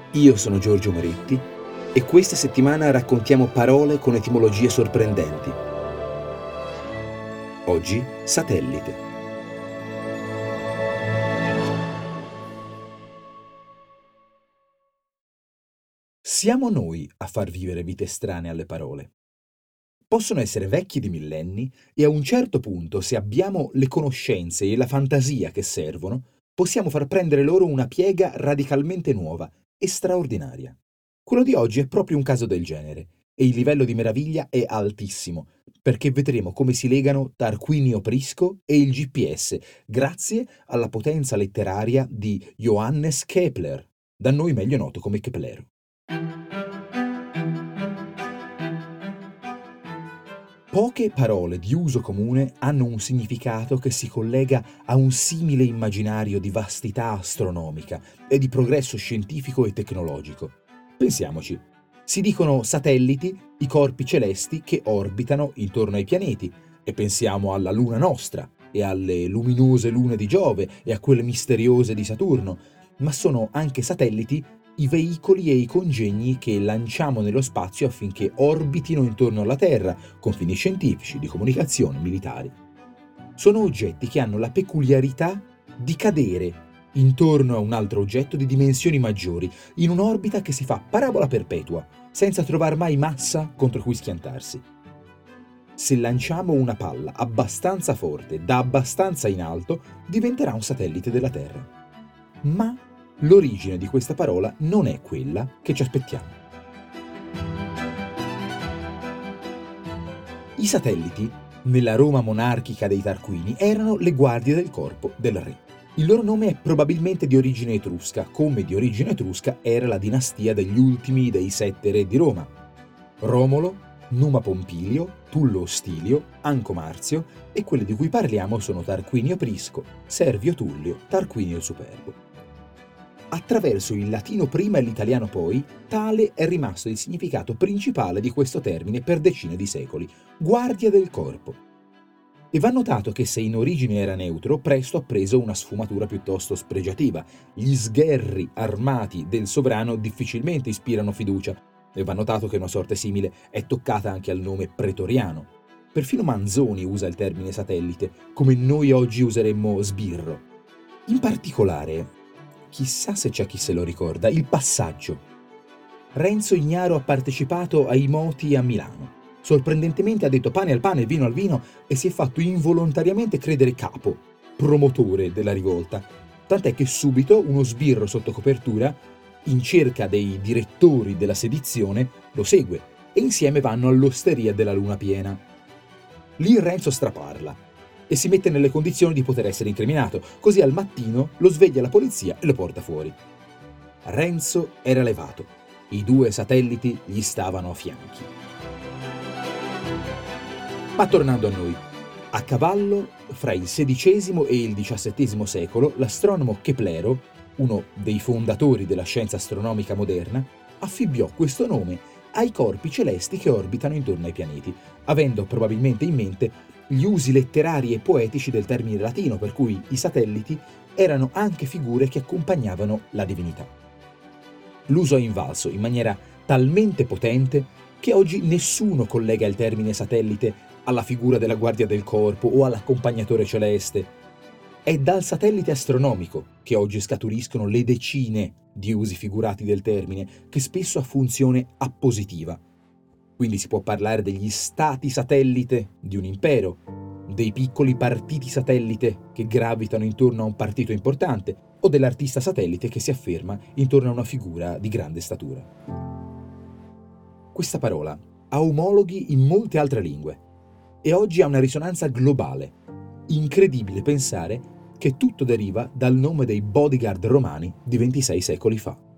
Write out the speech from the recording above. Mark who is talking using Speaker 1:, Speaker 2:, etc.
Speaker 1: Io sono Giorgio Moretti e questa settimana raccontiamo parole con etimologie sorprendenti. Oggi, satellite. Siamo noi a far vivere vite strane alle parole. Possono essere vecchi di millenni e a un certo punto, se abbiamo le conoscenze e la fantasia che servono, possiamo far prendere loro una piega radicalmente nuova e straordinaria. Quello di oggi è proprio un caso del genere e il livello di meraviglia è altissimo, perché vedremo come si legano Tarquinio Prisco e il GPS, grazie alla potenza letteraria di Johannes Kepler, da noi meglio noto come Keplero. Poche parole di uso comune hanno un significato che si collega a un simile immaginario di vastità astronomica e di progresso scientifico e tecnologico. Pensiamoci. Si dicono satelliti i corpi celesti che orbitano intorno ai pianeti, e pensiamo alla Luna nostra e alle luminose lune di Giove e a quelle misteriose di Saturno, ma sono anche satelliti i veicoli e i congegni che lanciamo nello spazio affinché orbitino intorno alla Terra, con fini scientifici, di comunicazione, militari. Sono oggetti che hanno la peculiarità di cadere intorno a un altro oggetto di dimensioni maggiori, in un'orbita che si fa parabola perpetua, senza trovar mai massa contro cui schiantarsi. Se lanciamo una palla abbastanza forte, da abbastanza in alto, diventerà un satellite della Terra. Ma l'origine di questa parola non è quella che ci aspettiamo. I satelliti, nella Roma monarchica dei Tarquini, erano le guardie del corpo del re. Il loro nome è probabilmente di origine etrusca, come di origine etrusca era la dinastia degli ultimi dei 7 re di Roma: Romolo, Numa Pompilio, Tullo Ostilio, Anco Marzio, e quelli di cui parliamo sono Tarquinio Prisco, Servio Tullio, Tarquinio il Superbo. Attraverso il latino prima e l'italiano poi, tale è rimasto il significato principale di questo termine per decine di secoli: guardia del corpo. E va notato che se in origine era neutro, presto ha preso una sfumatura piuttosto spregiativa. Gli sgherri armati del sovrano difficilmente ispirano fiducia, e va notato che una sorte simile è toccata anche al nome pretoriano. Perfino Manzoni usa il termine satellite, come noi oggi useremmo sbirro. In particolare, chissà se c'è chi se lo ricorda, il passaggio. Renzo Ignaro ha partecipato ai moti a Milano. Sorprendentemente ha detto pane al pane e vino al vino e si è fatto involontariamente credere capo, promotore della rivolta. Tant'è che subito uno sbirro sotto copertura, in cerca dei direttori della sedizione, lo segue e insieme vanno all'osteria della Luna Piena. Lì Renzo straparla e si mette nelle condizioni di poter essere incriminato, così al mattino lo sveglia la polizia e lo porta fuori. Renzo era levato, i 2 satelliti gli stavano a fianchi. Ma tornando a noi, a cavallo fra il XVI e il XVII secolo, l'astronomo Keplero, uno dei fondatori della scienza astronomica moderna, affibbiò questo nome ai corpi celesti che orbitano intorno ai pianeti, avendo probabilmente in mente gli usi letterari e poetici del termine latino, per cui i satelliti erano anche figure che accompagnavano la divinità. L'uso è invalso in maniera talmente potente che oggi nessuno collega il termine satellite alla figura della guardia del corpo o all'accompagnatore celeste. È dal satellite astronomico che oggi scaturiscono le decine di usi figurati del termine, che spesso ha funzione appositiva. Quindi si può parlare degli stati satellite di un impero, dei piccoli partiti satellite che gravitano intorno a un partito importante, o dell'artista satellite che si afferma intorno a una figura di grande statura. Questa parola ha omologhi in molte altre lingue e oggi ha una risonanza globale. Incredibile pensare che tutto deriva dal nome dei bodyguard romani di 26 secoli fa.